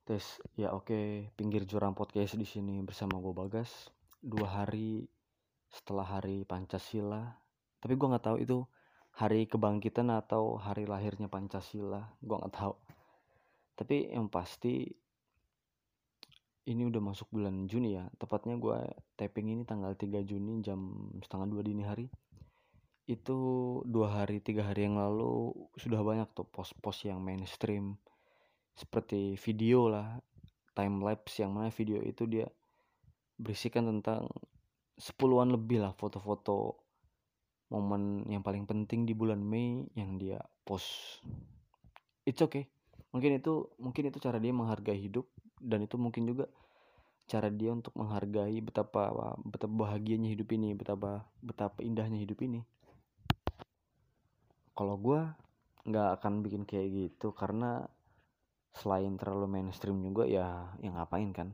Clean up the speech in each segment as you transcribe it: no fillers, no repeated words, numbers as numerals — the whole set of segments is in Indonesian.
Tes, ya oke, pinggir jurang podcast di sini bersama gue Bagas. 2 hari setelah hari Pancasila, tapi gue nggak tahu itu hari kebangkitan atau hari lahirnya Pancasila, gue nggak tahu. Tapi yang pasti ini udah masuk bulan Juni ya. Tepatnya gue taping ini tanggal 3 Juni jam setengah 2 dini hari. Itu 2 hari 3 hari yang lalu sudah banyak tuh post-post yang mainstream seperti video lah, time lapse, yang mana video itu dia berisikan tentang 10-an lebih lah foto-foto momen yang paling penting di bulan Mei yang dia post. It's okay. Mungkin itu cara dia menghargai hidup, dan itu mungkin juga cara dia untuk menghargai betapa bahagianya hidup ini, betapa indahnya hidup ini. Kalau gue nggak akan bikin kayak gitu karena selain terlalu mainstream juga ya ngapain kan.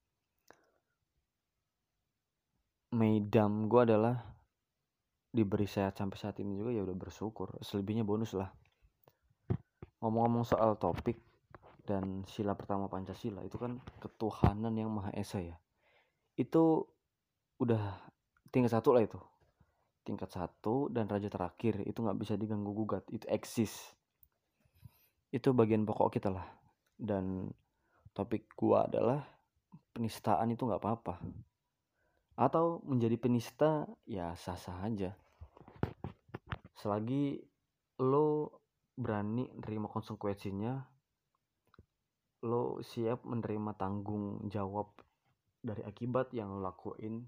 Meidam gue adalah diberi sehat sampai saat ini juga, ya udah bersyukur. Selebihnya bonus lah. Ngomong-ngomong soal topik dan sila pertama Pancasila, itu kan ketuhanan yang Maha Esa ya. Itu udah tingkat 1 lah itu. Tingkat 1 dan raja terakhir itu nggak bisa diganggu gugat, itu eksis. Itu bagian pokok kita lah. Dan topik gua adalah penistaan itu nggak apa-apa. Atau menjadi penista ya sah-sah aja. Selagi lo berani nerima konsekuensinya, lo siap menerima tanggung jawab dari akibat yang lo lakuin,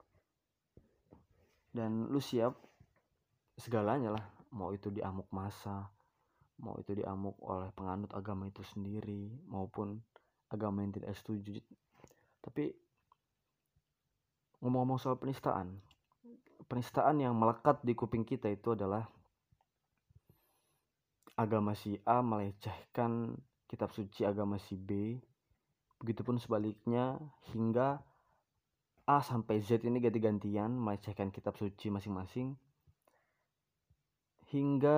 dan lo siap segalanya lah, mau itu diamuk massa, mau itu diamuk oleh penganut agama itu sendiri maupun agama yang tidak setuju. Tapi ngomong-ngomong soal penistaan yang melekat di kuping kita itu adalah agama si A melecehkan kitab suci agama si B, begitupun sebaliknya, hingga A sampai Z ini ganti-gantian melecehkan kitab suci masing-masing, hingga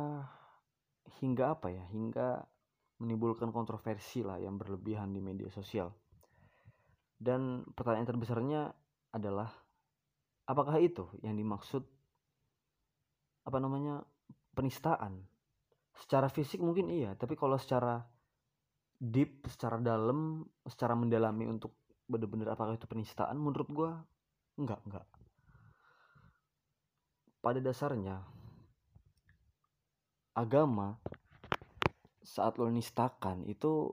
apa ya, hingga menimbulkan kontroversi lah yang berlebihan di media sosial. Dan pertanyaan terbesarnya adalah, apakah itu yang dimaksud penistaan? Secara fisik mungkin iya, tapi kalau secara deep, secara dalam, secara mendalami untuk benar-benar apakah itu penistaan, menurut gue enggak. Pada dasarnya agama saat lo nistakan itu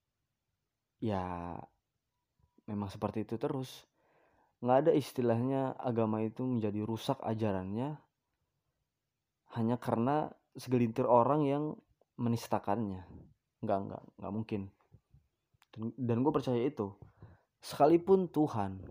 ya memang seperti itu terus. Nggak ada istilahnya agama itu menjadi rusak ajarannya hanya karena segelintir orang yang menistakannya. Nggak mungkin. Dan gue percaya itu. Sekalipun Tuhan,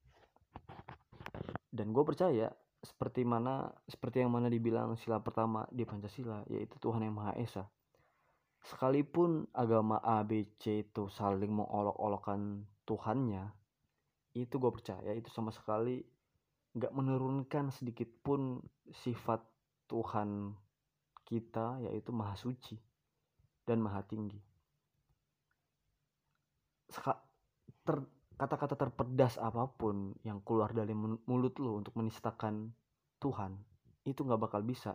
dan gue percaya seperti yang mana dibilang sila pertama di Pancasila, yaitu Tuhan yang Maha Esa. Sekalipun agama A, B, C itu saling mengolok-olokkan Tuhannya, itu gue percaya itu sama sekali gak menurunkan sedikit pun sifat Tuhan kita, yaitu Maha Suci dan Maha Tinggi. Kata-kata terpedas apapun yang keluar dari mulut lo untuk menistakan Tuhan, itu gak bakal bisa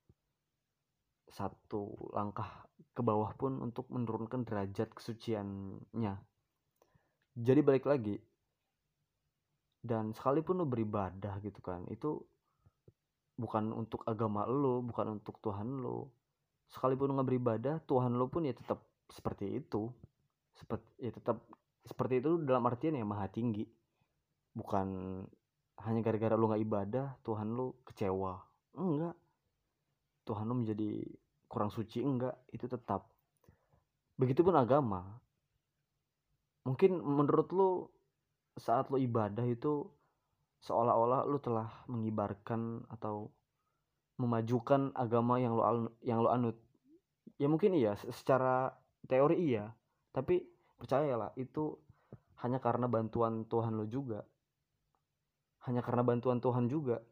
satu langkah ke bawah pun untuk menurunkan derajat kesuciannya. Jadi balik lagi, dan sekalipun lo beribadah gitu kan, itu bukan untuk agama lo, bukan untuk Tuhan lo. Sekalipun lo gak beribadah, Tuhan lo pun ya tetap seperti itu. Tetap seperti itu dalam artian yang Maha Tinggi. Bukan hanya gara-gara lo gak ibadah Tuhan lo kecewa, enggak. Tuhan lo menjadi kurang suci, enggak. Itu tetap. Begitupun agama. Mungkin menurut lo saat lo ibadah itu seolah-olah lo telah mengibarkan atau memajukan agama yang lo anut. Ya mungkin iya, secara teori iya, tapi percayalah itu hanya karena bantuan Tuhan lo juga. Hanya karena bantuan Tuhan juga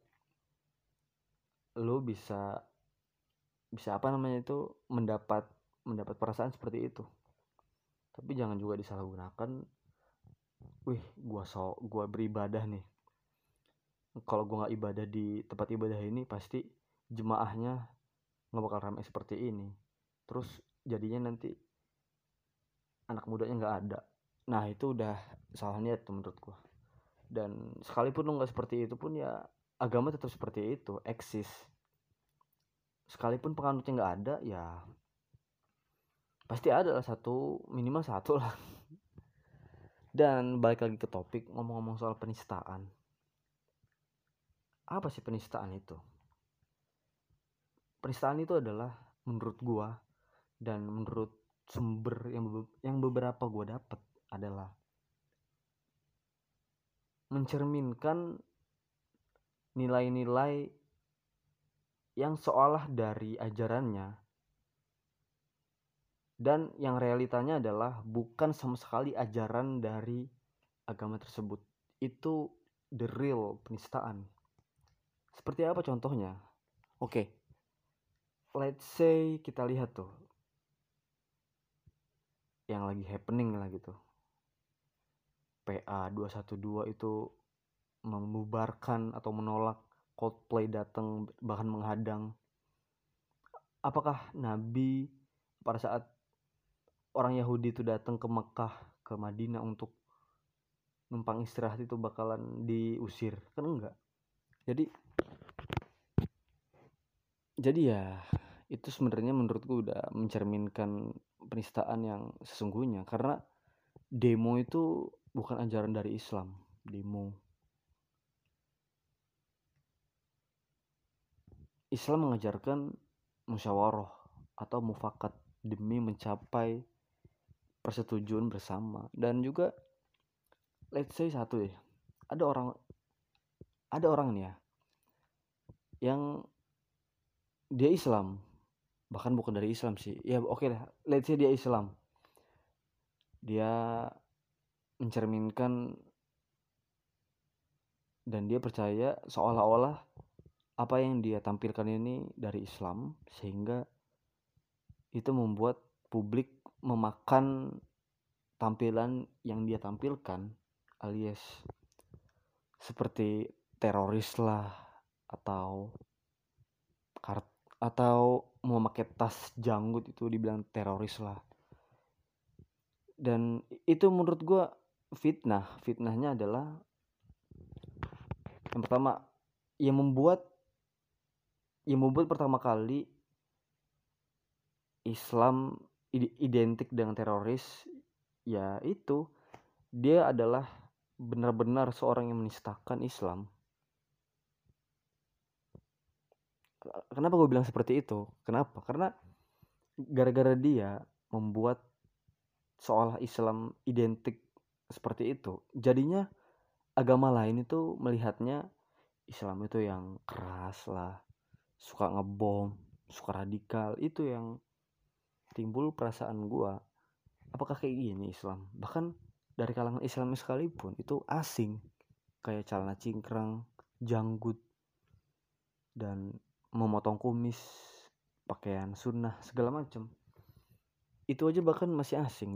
lo bisa mendapat perasaan seperti itu. Tapi jangan juga disalahgunakan. Wih, gua beribadah nih. Kalau gua nggak ibadah di tempat ibadah ini, pasti jemaahnya nggak bakal ramai seperti ini. Terus jadinya nanti anak mudanya nggak ada. Nah, itu udah salah niat tuh menurut gua. Dan sekalipun lu nggak seperti itu pun ya, agama tetap seperti itu, eksis. Sekalipun penganutnya nggak ada, ya pasti ada lah satu, minimal satu lah. Dan balik lagi ke topik, ngomong-ngomong soal penistaan. Apa sih penistaan itu? Penistaan itu adalah menurut gua dan menurut sumber yang beberapa gua dapat adalah mencerminkan nilai-nilai yang seolah dari ajarannya, dan yang realitanya adalah bukan sama sekali ajaran dari agama tersebut. Itu the real penistaan. Seperti apa contohnya? Oke, let's say kita lihat tuh yang lagi happening lah gitu. PA 212 itu membubarkan atau menolak Coldplay datang, bahkan menghadang. Apakah Nabi pada saat orang Yahudi itu datang ke Mekah, ke Madinah untuk numpang istirahat itu bakalan diusir? Kan enggak. Jadi ya itu sebenarnya menurutku udah mencerminkan penistaan yang sesungguhnya, karena demo itu bukan ajaran dari Islam. Demo Islam mengajarkan musyawarah atau mufakat demi mencapai persetujuan bersama. Dan juga let's say satu ya, ada orang nih ya yang dia Islam, bahkan bukan dari Islam sih ya, oke lah, let's say dia Islam, dia mencerminkan dan dia percaya seolah-olah apa yang dia tampilkan ini dari Islam, sehingga itu membuat publik memakan tampilan yang dia tampilkan, alias seperti teroris lah, atau memakai tas janggut itu dibilang teroris lah. Dan itu menurut gue fitnahnya adalah yang pertama, yang membuat pertama kali Islam identik dengan teroris, ya itu dia adalah benar-benar seorang yang menistakan Islam. Kenapa gue bilang seperti itu? Kenapa? Karena gara-gara dia membuat seolah Islam identik seperti itu, jadinya agama lain itu melihatnya Islam itu yang keras lah, suka ngebom, suka radikal. Itu yang timbul perasaan gua, apakah kayak gini Islam? Bahkan dari kalangan Islam sekalipun itu asing, kayak celana cingkrang, janggut, dan memotong kumis, pakaian sunnah, segala macam. Itu aja bahkan masih asing.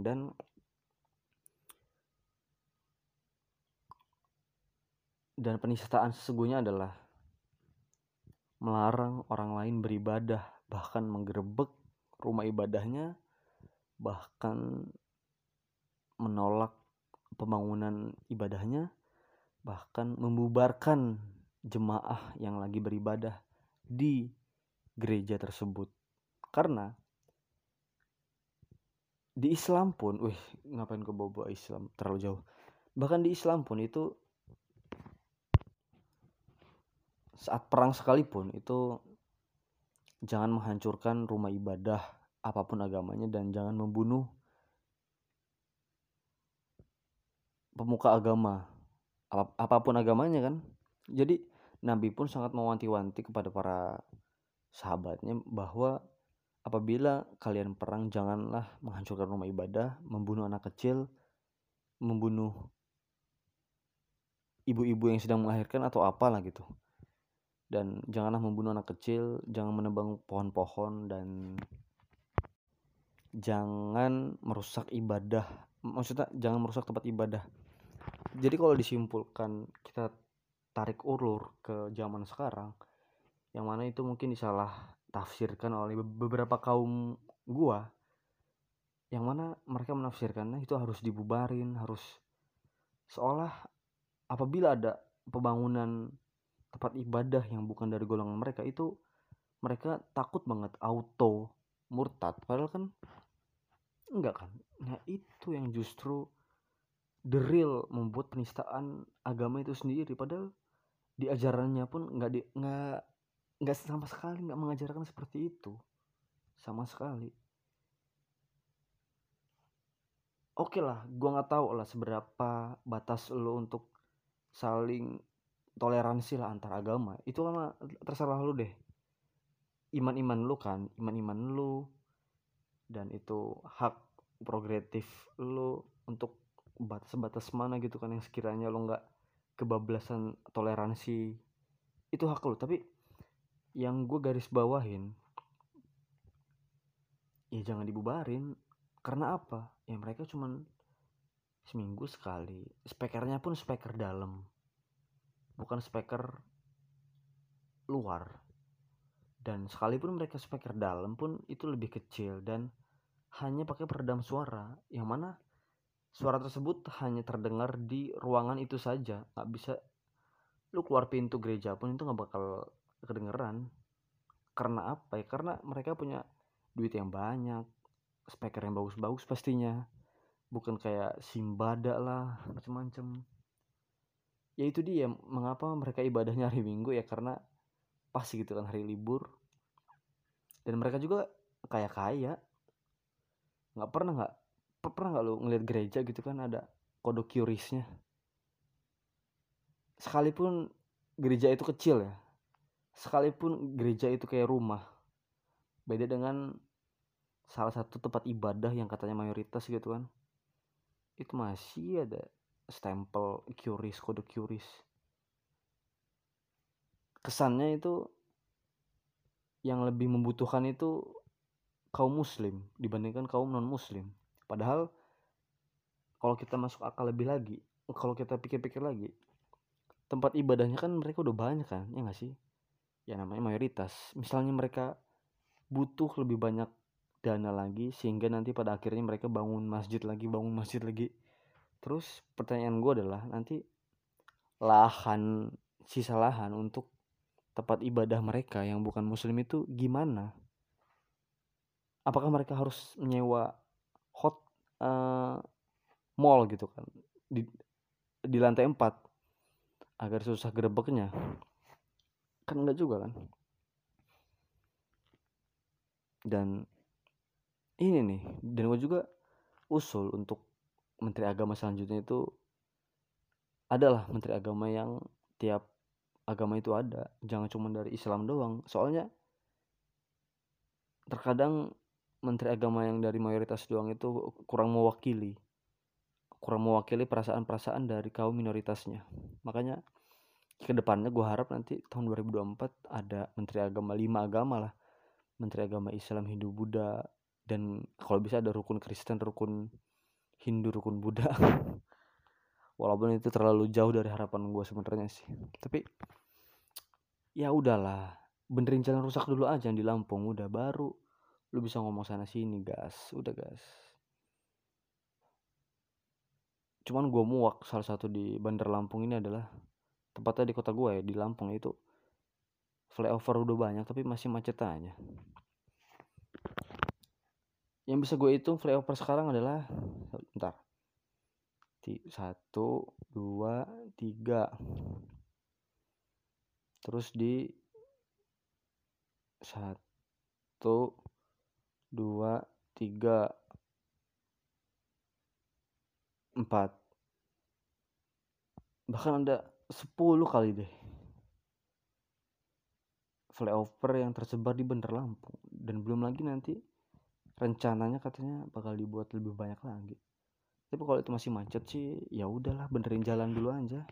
Dan penistaan sesungguhnya adalah melarang orang lain beribadah, bahkan menggerebek rumah ibadahnya, bahkan menolak pembangunan ibadahnya, bahkan membubarkan jemaah yang lagi beribadah di gereja tersebut. Karena di Islam pun, ngapain gue bawa Islam terlalu jauh. Bahkan di Islam pun itu saat perang sekalipun itu jangan menghancurkan rumah ibadah apapun agamanya, dan jangan membunuh pemuka agama apapun agamanya kan. Jadi Nabi pun sangat mewanti-wanti kepada para sahabatnya bahwa apabila kalian perang, janganlah menghancurkan rumah ibadah, membunuh anak kecil, membunuh ibu-ibu yang sedang melahirkan atau apalah gitu. Dan janganlah membunuh anak kecil, jangan menebang pohon-pohon, dan jangan merusak ibadah, maksudnya jangan merusak tempat ibadah. Jadi kalau disimpulkan, kita tarik ulur ke zaman sekarang, yang mana itu mungkin disalah tafsirkan oleh beberapa kaum gua, yang mana mereka menafsirkannya itu harus dibubarin, harus seolah apabila ada pembangunan tempat ibadah yang bukan dari golongan mereka, itu mereka takut banget auto murtad, padahal kan enggak kan. Nah itu yang justru the real membuat penistaan agama itu sendiri, padahal di ajarannya pun nggak sama sekali nggak mengajarkan seperti itu sama sekali. Oke lah, gue nggak tahu lah seberapa batas lo untuk saling toleransi lah antar agama, itu kan terserah lu deh, iman-iman lu kan, iman-iman lu, dan itu hak progresif lu untuk batas-batas mana gitu kan yang sekiranya lo nggak kebablasan toleransi, itu hak lu. Tapi yang gue garis bawahin, ya jangan dibubarin. Karena apa? Ya mereka cuman seminggu sekali, spekernya pun speker dalam, bukan speker luar. Dan sekalipun mereka speaker dalam pun itu lebih kecil dan hanya pakai peredam suara, yang mana suara tersebut hanya terdengar di ruangan itu saja, nggak bisa lu keluar pintu gereja pun itu nggak bakal kedengeran. Karena apa ya? Karena mereka punya duit yang banyak, speaker yang bagus-bagus pastinya, bukan kayak Simbada lah macem-macem. Ya itu dia mengapa mereka ibadahnya hari Minggu, ya karena pas gitu kan hari libur. Dan mereka juga kaya nggak lu ngeliat gereja gitu kan ada kode QRIS-nya, sekalipun gereja itu kecil ya, sekalipun gereja itu kayak rumah, beda dengan salah satu tempat ibadah yang katanya mayoritas gitu kan, itu masih ada stempel QRIS, kode QRIS. Kesannya itu yang lebih membutuhkan itu kaum muslim dibandingkan kaum non muslim. Padahal kalau kita masuk akal lebih lagi, kalau kita pikir-pikir lagi, tempat ibadahnya kan mereka udah banyak kan, ya nggak sih? Ya namanya mayoritas. Misalnya mereka butuh lebih banyak dana lagi, sehingga nanti pada akhirnya mereka bangun masjid lagi. Terus pertanyaan gue adalah, nanti sisa lahan untuk tempat ibadah mereka yang bukan muslim itu gimana? Apakah mereka harus menyewa hot mall gitu kan di lantai 4 agar susah gerebeknya? Kan enggak juga kan. Dan ini nih, dan gue juga usul untuk menteri agama selanjutnya itu adalah menteri agama yang tiap agama itu ada, jangan cuma dari Islam doang. Soalnya terkadang menteri agama yang dari mayoritas doang itu kurang mewakili perasaan-perasaan dari kaum minoritasnya. Makanya kedepannya gue harap nanti tahun 2024 ada menteri agama 5 agama lah, menteri agama Islam, Hindu, Buddha, dan kalau bisa ada rukun Kristen, rukun Hindu, rukun Buddha. Walaupun itu terlalu jauh dari harapan gue sebenarnya sih, tapi ya udahlah, benerin jalan rusak dulu aja yang di Lampung, udah baru lu bisa ngomong sana sini gas, udah gas. Cuman gue muak salah satu di Bandar Lampung ini adalah, tempatnya di kota gue ya, di Lampung itu flyover udah banyak tapi masih macet aja. Yang bisa gue hitung flyover sekarang adalah, bentar, 1, 2, 3, terus di 1, 2, 3, 4, bahkan ada 10 kali deh flyover yang tersebar di Bandar Lampung. Dan belum lagi nanti rencananya katanya bakal dibuat lebih banyak lagi. Tapi kalau itu masih macet sih, ya udahlah, benerin jalan dulu aja.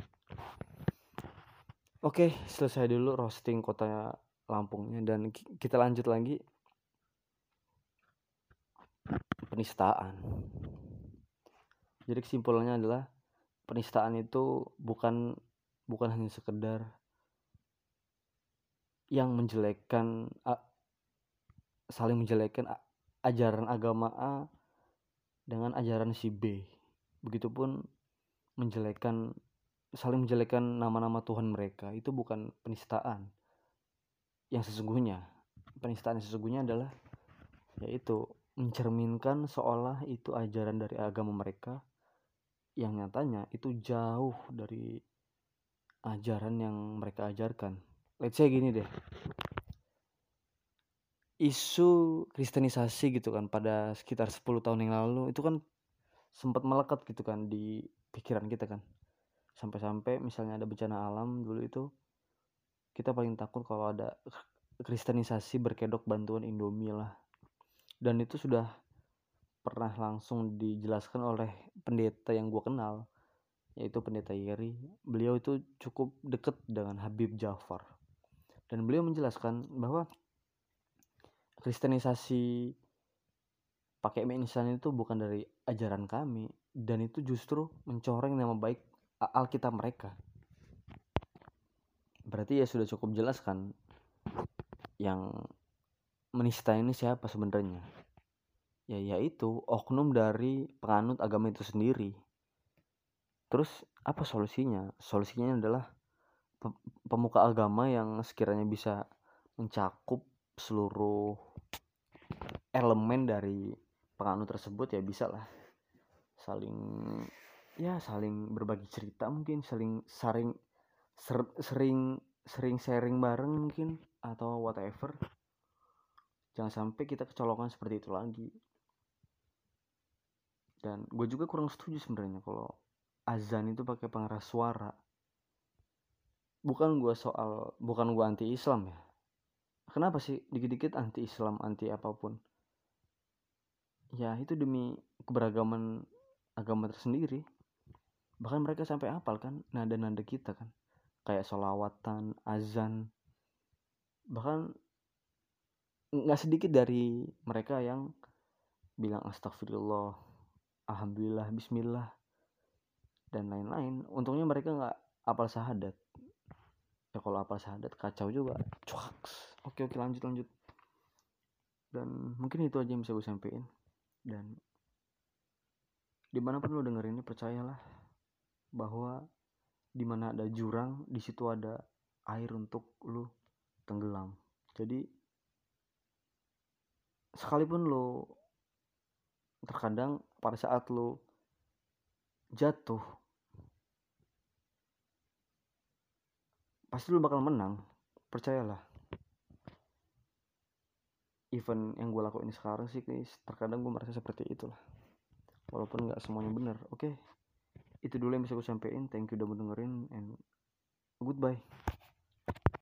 Oke, selesai dulu roasting kota Lampungnya, dan kita lanjut lagi. penistaan. Jadi kesimpulannya adalah penistaan itu bukan hanya sekedar yang menjelekkan saling menjelekkan ajaran agama A dengan ajaran si B. Begitupun saling menjelekkan nama-nama Tuhan mereka. Itu bukan penistaan yang sesungguhnya. Penistaan yang sesungguhnya adalah yaitu mencerminkan seolah itu ajaran dari agama mereka yang nyatanya itu jauh dari ajaran yang mereka ajarkan. Let's say gini deh, isu kristenisasi gitu kan pada sekitar 10 tahun yang lalu itu kan sempat melekat gitu kan di pikiran kita kan. Sampai-sampai misalnya ada bencana alam dulu itu kita paling takut kalau ada kristenisasi berkedok bantuan Indomie lah. Dan itu sudah pernah langsung dijelaskan oleh pendeta yang gue kenal, yaitu pendeta Yeri. Beliau itu cukup dekat dengan Habib Jafar. Dan beliau menjelaskan bahwa kristenisasi pakai mie instan itu bukan dari ajaran kami, dan itu justru mencoreng nama baik Alkitab mereka. Berarti ya sudah cukup jelas kan yang menista ini siapa sebenarnya. Ya yaitu oknum dari penganut agama itu sendiri. Terus apa solusinya? Solusinya adalah pemuka agama yang sekiranya bisa mencakup seluruh elemen dari penganut tersebut, ya bisa lah saling berbagi cerita, mungkin sering sharing bareng mungkin, atau whatever. Jangan sampai kita kecolongan seperti itu lagi. Dan gue juga kurang setuju sebenarnya kalau azan itu pakai pengeras suara. Bukan gue anti Islam ya. Kenapa sih dikit-dikit anti Islam, anti apapun? Ya itu demi keberagaman agama tersendiri. Bahkan mereka sampai hafal kan nada-nada kita kan, kayak sholawatan, azan. Bahkan nggak sedikit dari mereka yang bilang astagfirullah, alhamdulillah, bismillah, dan lain-lain. Untungnya mereka nggak hafal syahadat. Ya kalau hafal syahadat kacau juga. Cuaks. Oke, lanjut. Dan mungkin itu aja yang bisa gue sampaikan. Dan dimanapun lo denger ini, percayalah bahwa dimana ada jurang, di situ ada air untuk lo tenggelam. Jadi sekalipun lo terkadang pada saat lo jatuh, pasti lo bakal menang. Percayalah. Event yang gue lakuin sekarang sih, terkadang gue merasa seperti itulah. Walaupun gak semuanya benar. Oke, itu dulu yang bisa gue sampaikan. Thank you udah mendengerin, and goodbye.